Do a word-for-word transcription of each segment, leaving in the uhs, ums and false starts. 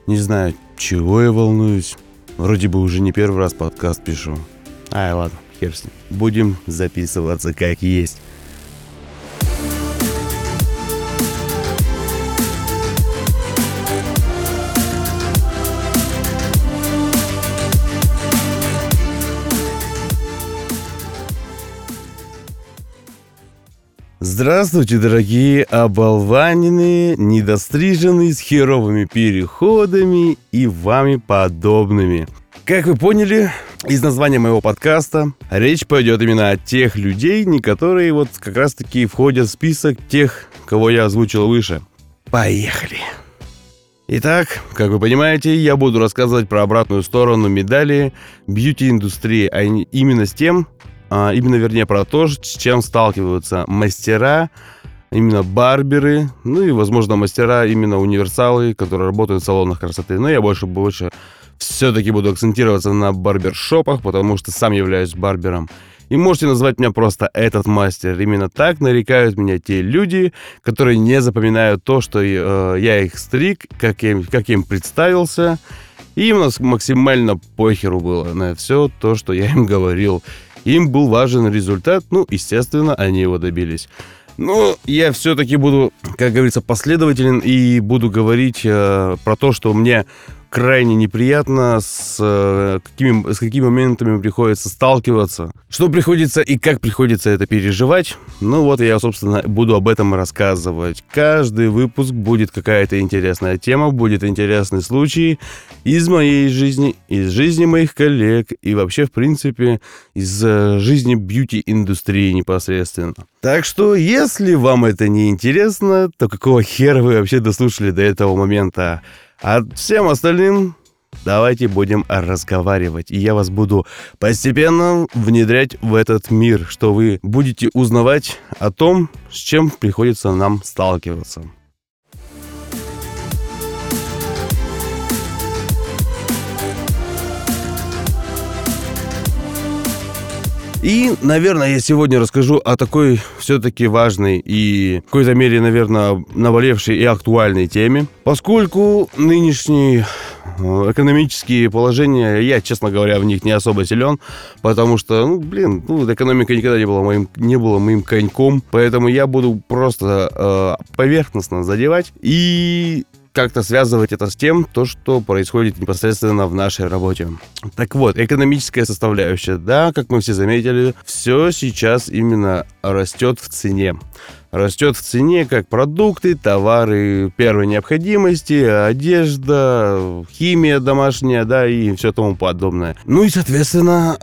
Не знаю, чего я волнуюсь. Вроде бы уже не первый раз подкаст пишу. Ай, ладно, хер с ним. Будем записываться как есть. Здравствуйте, дорогие оболваненные, недостриженные, с херовыми переходами и вами подобными. Как вы поняли из названия моего подкаста, речь пойдет именно о тех людей, не которые вот как раз-таки входят в список тех, кого я озвучил выше. Поехали! Итак, как вы понимаете, я буду рассказывать про обратную сторону медали бьюти-индустрии, а именно с тем, а именно, вернее, про то, с чем сталкиваются мастера, именно барберы, ну и, возможно, мастера, именно универсалы, которые работают в салонах красоты. Но я больше, больше все-таки буду акцентироваться на барбершопах, потому что сам являюсь барбером. И можете назвать меня просто «этот мастер». Именно так нарекают меня те люди, которые не запоминают то, что э, я их стриг, как я, как я им представился. И им максимально похеру было на все то, что я им говорил. Им был важен результат, ну, естественно, они его добились. Но я все-таки буду, как говорится, последователен и буду говорить э, про то, что мне крайне неприятно, с, э, какими, с какими моментами приходится сталкиваться, что приходится и как приходится это переживать. Ну вот я, собственно, буду об этом рассказывать. Каждый выпуск будет какая-то интересная тема, будет интересный случай из моей жизни, из жизни моих коллег и вообще, в принципе, из э, жизни бьюти-индустрии непосредственно. Так что, если вам это не интересно, то какого хера вы вообще дослушали до этого момента? А всем остальным давайте будем разговаривать. И я вас буду постепенно внедрять в этот мир, что вы будете узнавать о том, с чем приходится нам сталкиваться. И, наверное, я сегодня расскажу о такой все-таки важной и в какой-то мере, наверное, наболевшей и актуальной теме. Поскольку нынешние экономические положения, я, честно говоря, в них не особо силен, потому что, ну, блин, ну, экономика никогда не была моим, не была моим коньком, поэтому я буду просто э, поверхностно задевать и как-то связывать это с тем, то, что происходит непосредственно в нашей работе. Так вот, экономическая составляющая. Да, как мы все заметили, все сейчас именно растет в цене. Растет в цене как продукты, товары первой необходимости, одежда, химия домашняя, да, и все тому подобное. Ну и, соответственно,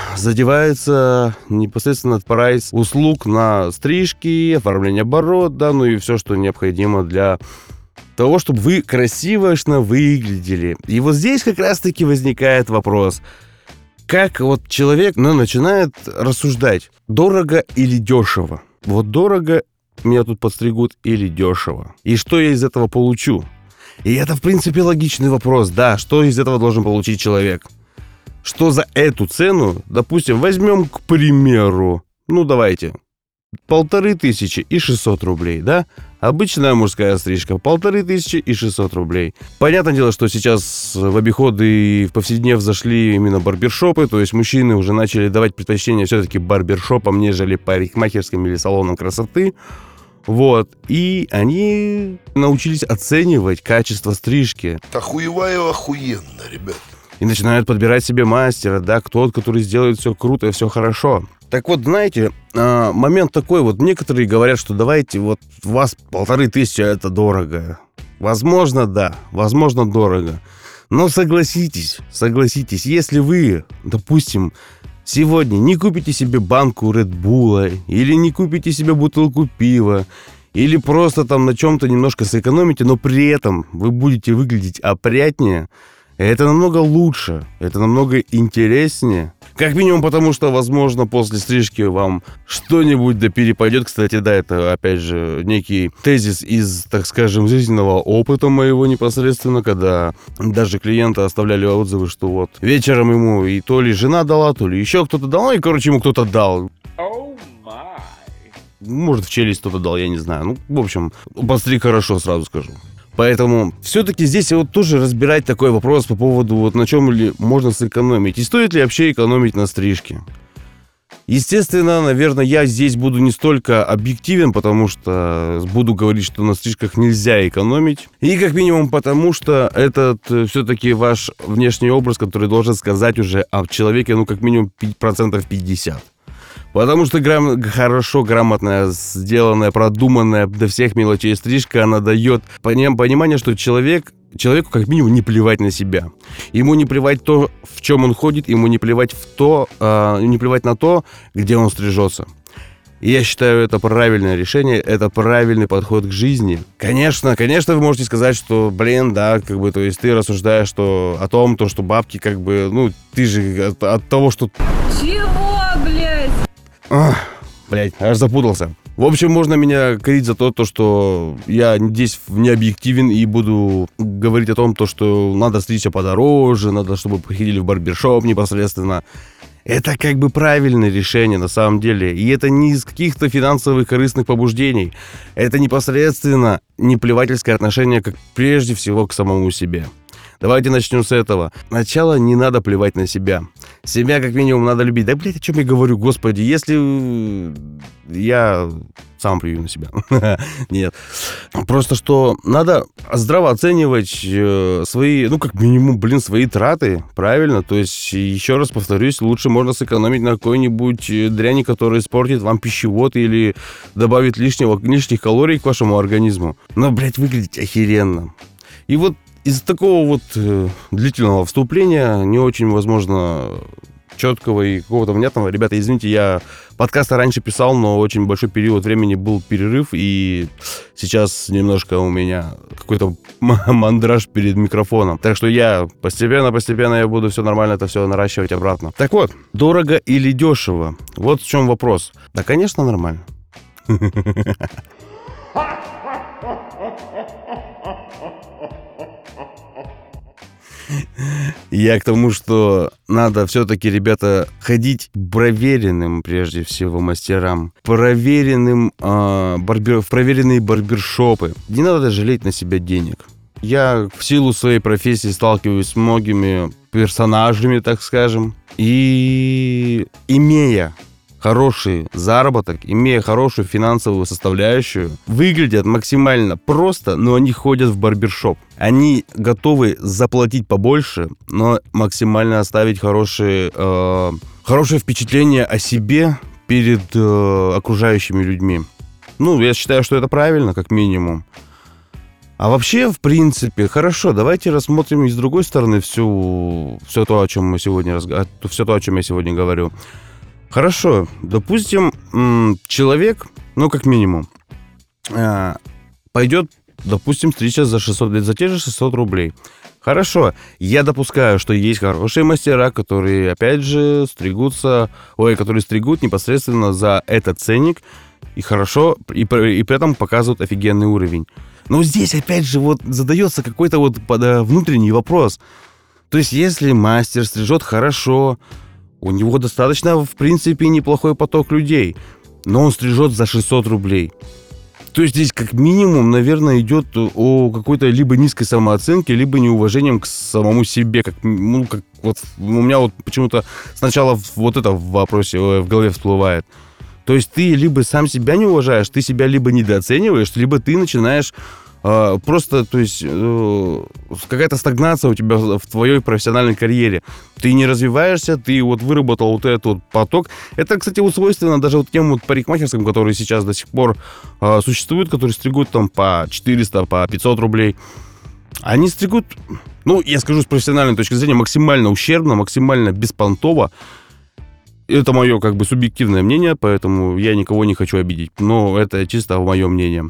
задевается непосредственно прайс услуг на стрижки, оформление бород, да, ну и все, что необходимо для того, чтобы вы красивошно выглядели. И вот здесь как раз-таки возникает вопрос. Как вот человек, ну, начинает рассуждать, дорого или дешево? Вот дорого меня тут подстригут или дешево? И что я из этого получу? И это, в принципе, логичный вопрос. Да, что из этого должен получить человек? Что за эту цену, допустим, возьмем, к примеру, ну, давайте, полторы тысячи и шестьсот рублей, да? Обычная мужская стрижка, полторы тысячи и шестьсот рублей. Понятное дело, что сейчас в обиходы и в повседнев зашли именно барбершопы, то есть мужчины уже начали давать предпочтение все-таки барбершопам, нежели парикмахерским или салонам красоты. Вот, и они научились оценивать качество стрижки. Охуеваю охуенно, ребят. И начинают подбирать себе мастера, да, тот, который сделает все круто и все хорошо. Так вот, знаете, момент такой, вот некоторые говорят, что давайте, вот у вас полторы тысячи, это дорого. Возможно, да, возможно, дорого. Но согласитесь, согласитесь, если вы, допустим, сегодня не купите себе банку Редбула, или не купите себе бутылку пива, или просто там на чем-то немножко сэкономите, но при этом вы будете выглядеть опрятнее, это намного лучше, это намного интереснее. Как минимум потому, что, возможно, после стрижки вам что-нибудь да перепадет. Кстати, да, это, опять же, некий тезис из, так скажем, жизненного опыта моего непосредственно, когда даже клиенты оставляли отзывы, что вот вечером ему и то ли жена дала, то ли еще кто-то дал, ну и, короче, ему кто-то дал. Oh my. Может, в челюсть кто-то дал, я не знаю. Ну, в общем, постриг хорошо, сразу скажу. Поэтому все-таки здесь вот тоже разбирать такой вопрос по поводу, вот на чем ли можно сэкономить. И стоит ли вообще экономить на стрижке? Естественно, наверное, я здесь буду не столько объективен, потому что буду говорить, что на стрижках нельзя экономить. И как минимум потому, что этот все-таки ваш внешний образ, который должен сказать уже о человеке, ну, как минимум процентов пятьдесят. Потому что грам... хорошо, грамотная, сделанная, продуманная до всех мелочей стрижка, она дает понимание, что человек, человеку как минимум не плевать на себя. Ему не плевать то, в чем он ходит, ему не плевать, в то, э, не плевать на то, где он стрижется. И я считаю, это правильное решение, это правильный подход к жизни. Конечно, конечно, вы можете сказать, что, блин, да, как бы, то есть ты рассуждаешь что, о том, то, что бабки, как бы, ну, ты же от, от того, что... Чего, блядь? Ах, блядь, аж запутался. В общем, можно меня корить за то, то, что я здесь не объективен и буду говорить о том, то, что надо стричься подороже, надо, чтобы приходили в барбершоп непосредственно. Это как бы правильное решение на самом деле. И это не из каких-то финансовых корыстных побуждений. Это непосредственно неплевательское отношение, как прежде всего к самому себе. Давайте начнем с этого. Сначала не надо плевать на себя. Себя как минимум надо любить. Да, блядь, о чем я говорю, господи, если я сам плюю на себя. Нет. Просто что надо здраво оценивать свои, ну, как минимум, блин, свои траты, правильно? То есть, еще раз повторюсь, лучше можно сэкономить на какой-нибудь дряни, которая испортит вам пищевод или добавит лишнего, лишних калорий к вашему организму. Но, блядь, выглядеть охеренно. И вот из такого вот э, длительного вступления, не очень, возможно, четкого и какого-то внятного. Ребята, извините, я подкасты раньше писал, но очень большой период времени был перерыв, и сейчас немножко у меня какой-то мандраж перед микрофоном. Так что я постепенно-постепенно я буду все нормально это все наращивать обратно. Так вот, дорого или дешево? Вот в чем вопрос. Да, конечно, нормально. Я к тому, что надо все-таки, ребята, ходить проверенным, прежде всего, мастерам. Проверенным, э, барбер, в проверенные барбершопы. Не надо жалеть на себя денег. Я в силу своей профессии сталкиваюсь с многими персонажами, так скажем. И имея хороший заработок, имея хорошую финансовую составляющую, выглядят максимально просто, но они ходят в барбершоп. Они готовы заплатить побольше, но максимально оставить хорошие, э, хорошее впечатление о себе перед э, окружающими людьми. Ну, я считаю, что это правильно, как минимум. А вообще, в принципе, хорошо, давайте рассмотрим и с другой стороны всю, все то, о чем мы сегодня разг... все то, о чем я сегодня говорю. Хорошо, допустим, человек, ну, как минимум, пойдет, допустим, стричься за шестьсот, за те же шестьсот рублей. Хорошо, я допускаю, что есть хорошие мастера, которые, опять же, стригутся, ой, которые стригут непосредственно за этот ценник, и хорошо, и, и при этом показывают офигенный уровень. Но здесь, опять же, вот задается какой-то вот внутренний вопрос. То есть, если мастер стрижет хорошо, у него достаточно, в принципе, неплохой поток людей, но он стрижет за шестьсот рублей. То есть здесь как минимум, наверное, идет о какой-то либо низкой самооценке, либо неуважением к самому себе. Как, ну, как вот у меня вот почему-то сначала вот это в вопросе, в голове всплывает. То есть ты либо сам себя не уважаешь, ты себя либо недооцениваешь, либо ты начинаешь э, просто, то есть э, какая-то стагнация у тебя в твоей профессиональной карьере. Ты не развиваешься, ты вот выработал вот этот вот поток. Это, кстати, вот свойственно даже вот тем вот парикмахерским, которые сейчас до сих пор э, существуют, которые стригут там по четыреста, по пятьсот рублей. Они стригут, ну, я скажу с профессиональной точки зрения, максимально ущербно, максимально беспонтово. Это мое как бы субъективное мнение, поэтому я никого не хочу обидеть. Но это чисто мое мнение.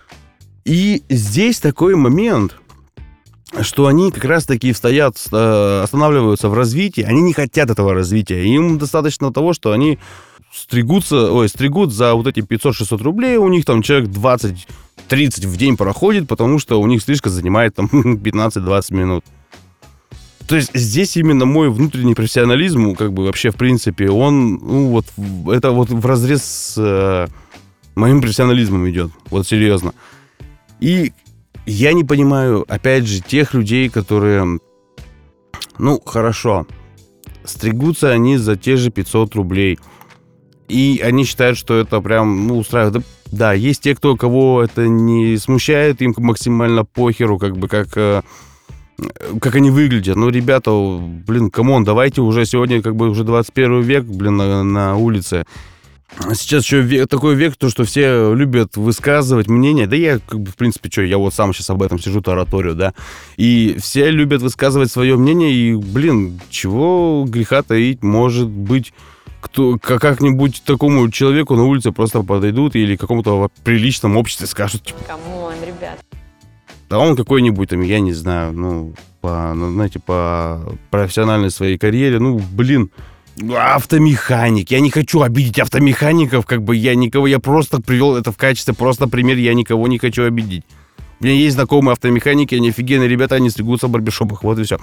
И здесь такой момент, что они как раз-таки стоят, останавливаются в развитии. Они не хотят этого развития. Им достаточно того, что они стригутся, ой, стригут за вот эти пятьсот-шестьсот рублей. У них там человек двадцать-тридцать в день проходит, потому что у них стрижка занимает там пятнадцать-двадцать минут. То есть здесь именно мой внутренний профессионализм, как бы вообще в принципе, он, ну вот, это вот вразрез с э, моим профессионализмом идет, вот серьезно. И Я не понимаю, опять же, тех людей, которые, ну, хорошо, стригутся они за те же пятьсот рублей. И они считают, что это прям, ну, устраивает. Да, да, есть те, кто, кого это не смущает, им максимально похеру, как бы, как, э, как они выглядят. Ну, ребята, блин, камон, давайте уже сегодня, как бы, уже двадцать первый век, блин, на, на улице. Сейчас еще век, такой век, то, что все любят высказывать мнение. Да я, как бы, в принципе, что, я вот сам сейчас об этом сижу, тараторию, да. И все любят высказывать свое мнение, и, блин, чего греха таить, может быть... Кто, как-нибудь такому человеку на улице просто подойдут или какому-то приличном обществе скажут, типа, камон, ребят. да он какой-нибудь там, я не знаю, ну, по, ну, знаете, по профессиональной своей карьере, ну, блин, автомеханик. Я не хочу обидеть автомехаников, как бы я никого, я просто привел это в качестве просто пример, я никого не хочу обидеть. У меня есть знакомые автомеханики, они офигенные ребята, они стригутся в барбершопах, вот и все.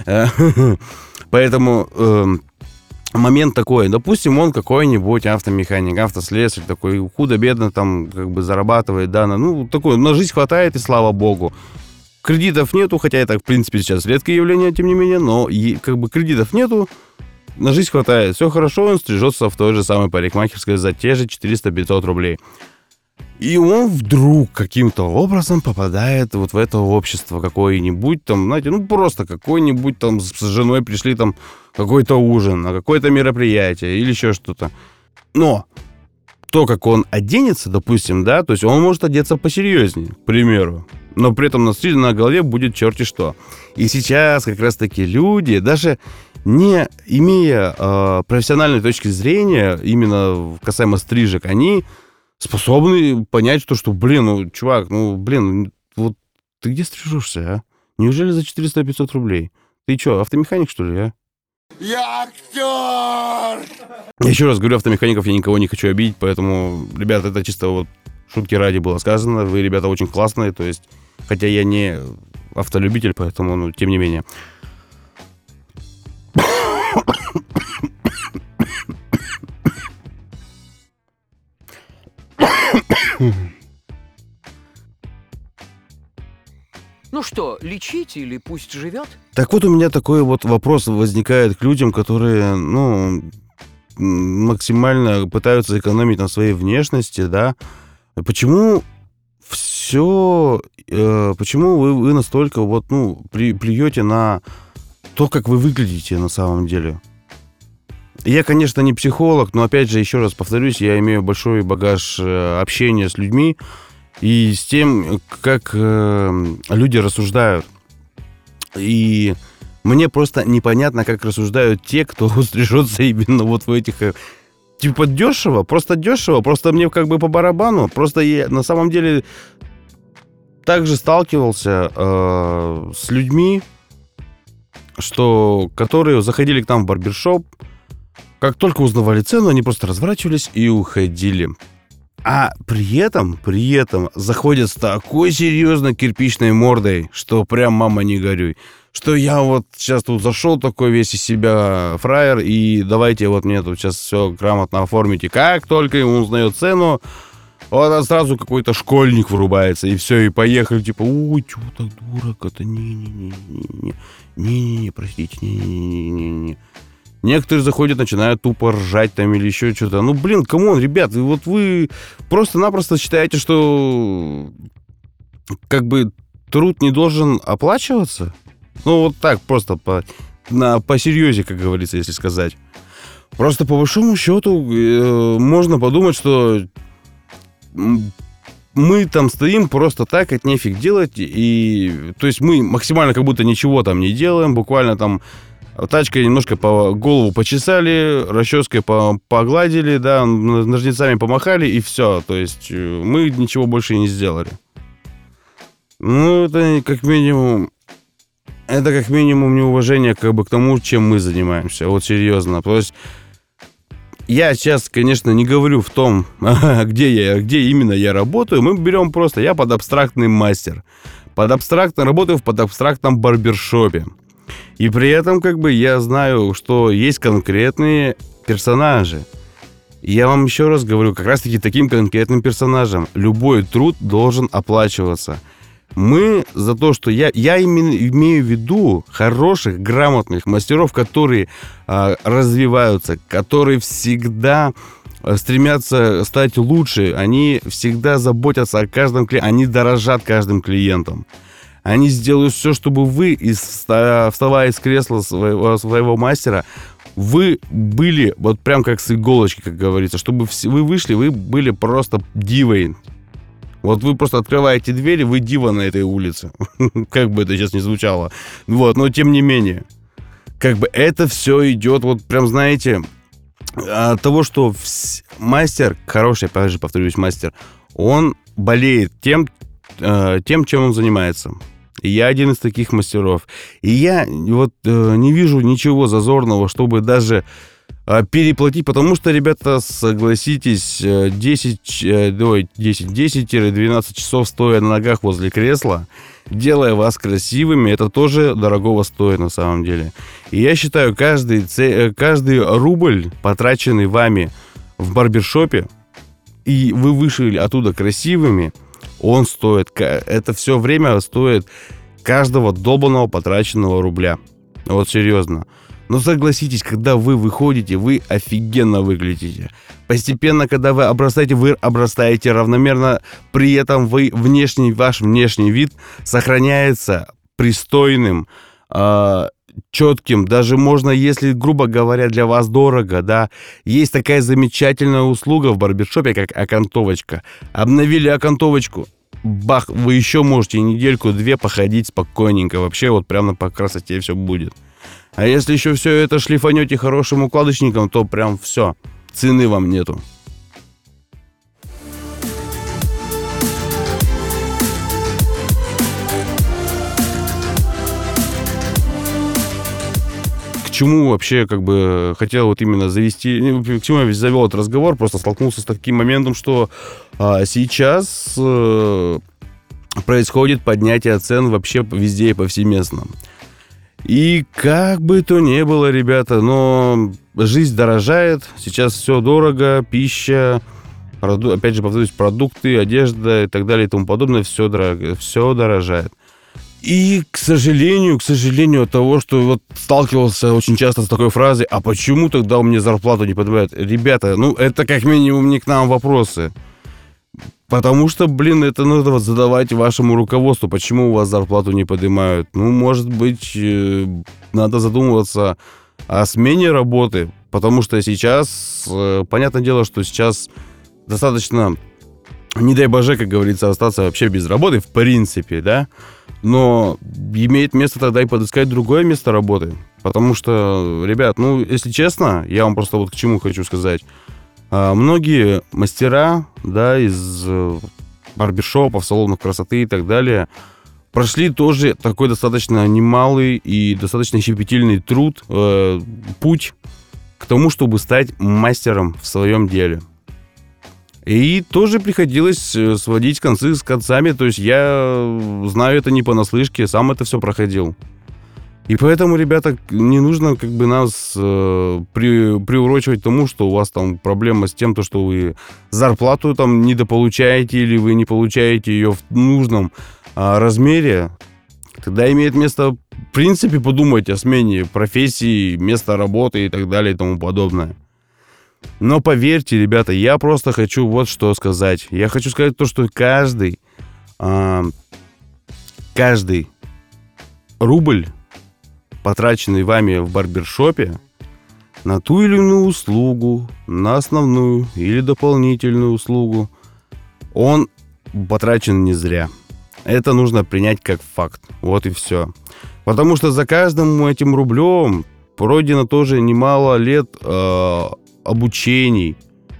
Поэтому... Момент такой, допустим, он какой-нибудь автомеханик, автослесарь, такой худо-бедно там как бы зарабатывает, да, на, ну, такой, на жизнь хватает, и слава богу. Кредитов нету, хотя это, в принципе, сейчас редкое явление, тем не менее, но и, как бы кредитов нету, на жизнь хватает, все хорошо, он стрижется в той же самой парикмахерской за те же четыреста-пятьсот рублей. И он вдруг каким-то образом попадает вот в это общество какое-нибудь там, знаете, ну просто какой-нибудь там с женой пришли там какой-то ужин, на какое-то мероприятие или еще что-то. Но то, как он оденется, допустим, да, то есть он может одеться посерьезнее, к примеру, но при этом на стиле на голове будет черти что. И сейчас как раз-таки люди, даже не имея э, профессиональной точки зрения, именно касаемо стрижек, они... способны понять, что, что, блин, ну, чувак, ну, блин, вот ты где стрижешься, а? Неужели за четыреста-пятьсот рублей? Ты что, автомеханик, что ли, а? Я актер! Я еще раз говорю, автомехаников я никого не хочу обидеть, поэтому, ребята, это чисто вот шутки ради было сказано. Вы, ребята, очень классные, то есть, хотя я не автолюбитель, поэтому, ну, тем не менее. Ну что, лечить или пусть живет? Так вот, у меня такой вот вопрос возникает к людям, которые, ну, максимально пытаются экономить на своей внешности, да. Почему все, э, почему вы, вы настолько вот, ну, плю, плюете на то, как вы выглядите на самом деле? Я, конечно, не психолог, но, опять же, еще раз повторюсь, я имею большой багаж общения с людьми и с тем, как э, люди рассуждают. И мне просто непонятно, как рассуждают те, кто стрижется именно вот в этих... Типа дешево, просто дешево, просто мне как бы по барабану. Просто я на самом деле также сталкивался э, с людьми, что, которые заходили к нам в барбершоп, как только узнавали цену, они просто разворачивались и уходили. А при этом, при этом заходят с такой серьезной кирпичной мордой, что прям мама не горюй. Что я вот сейчас тут зашел такой весь из себя фраер, и давайте вот мне тут сейчас все грамотно оформите. Как только ему узнает цену, вот сразу какой-то школьник врубается, и все, и поехали, типа, ой, чего так дурак, это не-не-не-не-не, не-не-не, простите, не-не-не-не-не. Некоторые заходят, начинают тупо ржать там или еще что-то. Ну, блин, камон, ребят, вот вы просто-напросто считаете, что как бы труд не должен оплачиваться? Ну, вот так, просто по, на, по серьезе, как говорится, если сказать. Просто по большому счету э, можно подумать, что мы там стоим просто так, это нефиг делать. И, то есть мы максимально как будто ничего там не делаем, буквально там тачкой немножко по голову почесали, расческой по, погладили, да, ножницами помахали, и все. То есть мы ничего больше не сделали. Ну, это как минимум... Это как минимум неуважение как бы к тому, чем мы занимаемся. Вот серьезно. То есть я сейчас, конечно, не говорю в том, где я, где именно я работаю. Мы берем просто... Я под абстрактный мастер. Под абстрактно работаю в под абстрактном барбершопе. И при этом, как бы, я знаю, что есть конкретные персонажи. И я вам еще раз говорю, как раз-таки таким конкретным персонажам любой труд должен оплачиваться. Мы за то, что я, я именно имею в виду хороших, грамотных мастеров, которые а, развиваются, которые всегда стремятся стать лучше, они всегда заботятся о каждом клиенте, они дорожат каждым клиентом. Они сделают все, чтобы вы, из, вставая из кресла своего, своего мастера, вы были вот прям как с иголочки, как говорится, чтобы вы вышли, вы были просто дивой. Вот вы просто открываете двери, вы дива на этой улице. Как бы это сейчас ни звучало. Вот, но тем не менее. Как бы это все идет, вот прям, знаете, от того, что вс... мастер, хороший, опять же, повторюсь, мастер, он болеет тем, э, тем, чем он занимается. И я один из таких мастеров. И я вот э, не вижу ничего зазорного, чтобы даже э, переплатить, потому что, ребята, согласитесь, десять, ой, десять, десять-двенадцать часов стоя на ногах возле кресла, делая вас красивыми, это тоже дорогого стоит на самом деле. И я считаю, каждый, каждый рубль, потраченный вами в барбершопе, и вы вышли оттуда красивыми, он стоит, это все время стоит каждого долбанного потраченного рубля. Вот серьезно. Но согласитесь, когда вы выходите, вы офигенно выглядите. Постепенно, когда вы обрастаете, вы обрастаете равномерно. При этом вы внешний, ваш внешний вид сохраняется пристойным, э, четким. Даже можно, если, грубо говоря, для вас дорого, да, есть такая замечательная услуга в барбершопе, как окантовочка. Обновили окантовочку, бах, вы еще можете недельку-две походить спокойненько. Вообще вот прямо по красоте все будет. А если еще все это шлифанете хорошим укладочником, то прям все, цены вам нету. К чему вообще, как бы, хотел вот именно завести, к чему я завел этот разговор, просто столкнулся с таким моментом, что а, сейчас а, происходит поднятие цен вообще везде и повсеместно. И как бы то ни было, ребята, но жизнь дорожает, сейчас все дорого, пища, проду... опять же, повторюсь, продукты, одежда и так далее и тому подобное, все, дорого, все дорожает. И, к сожалению, к сожалению, от того, что вот сталкивался очень часто с такой фразой, а почему тогда у меня зарплату не поднимают? Ребята, ну это как минимум не к нам вопросы. Потому что, блин, это надо вот задавать вашему руководству, почему у вас зарплату не поднимают. Ну, может быть, надо задумываться о смене работы, потому что сейчас, понятное дело, что сейчас достаточно, не дай боже, как говорится, остаться вообще без работы, в принципе, да, но имеет место тогда и подыскать другое место работы, потому что, ребят, ну, если честно, я вам просто вот к чему хочу сказать. Многие мастера, да, из барбершопов, салонов красоты и так далее прошли тоже такой достаточно немалый и достаточно щепетильный труд, э, путь к тому, чтобы стать мастером в своем деле. И тоже приходилось сводить концы с концами, то есть я знаю это не понаслышке, сам это все проходил. И поэтому, ребята, не нужно как бы нас э, при, приурочивать к тому, что у вас там проблема с тем, то, что вы зарплату там недополучаете или вы не получаете ее в нужном э, размере. Тогда имеет место, в принципе, подумать о смене профессии, места работы и так далее и тому подобное. Но поверьте, ребята, я просто хочу вот что сказать. Я хочу сказать то, что каждый, э, каждый рубль, потраченный вами в барбершопе, на ту или иную услугу, на основную или дополнительную услугу, он потрачен не зря. Это нужно принять как факт. Вот и все. Потому что за каждым этим рублем пройдено тоже немало лет э, обучений,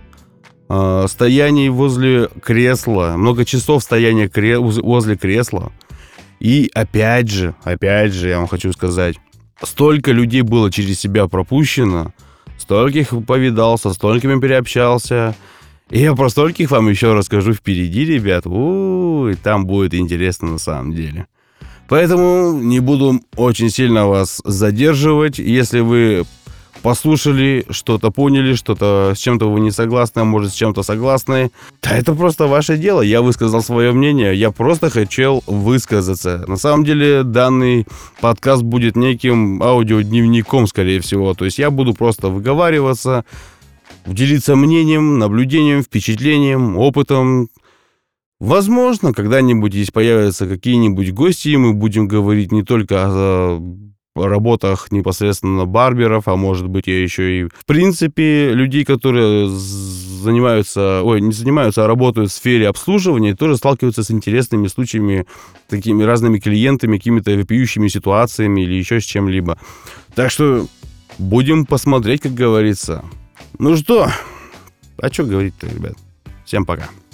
э, стояний возле кресла, много часов стояния кре- возле кресла. И опять же, опять же, я вам хочу сказать, столько людей было через себя пропущено, стольких повидался, столькими переобщался. И я про стольких вам еще расскажу впереди, ребят. У-у-у, там будет интересно на самом деле. Поэтому не буду очень сильно вас задерживать. Если вы послушали, что-то поняли, что-то с чем-то вы не согласны, а может с чем-то согласны. Да это просто ваше дело. Я высказал свое мнение, я просто хотел высказаться. На самом деле данный подкаст будет неким аудиодневником, скорее всего. То есть я буду просто выговариваться, делиться мнением, наблюдением, впечатлением, опытом. Возможно, когда-нибудь здесь появятся какие-нибудь гости, и мы будем говорить не только о работах непосредственно барберов, а может быть, и еще и, в принципе, людей, которые занимаются, ой, не занимаются, а работают в сфере обслуживания, и тоже сталкиваются с интересными случаями, такими разными клиентами, какими-то вопиющими ситуациями или еще с чем-либо. Так что будем посмотреть, как говорится. Ну что, а что говорить-то, ребят? Всем пока.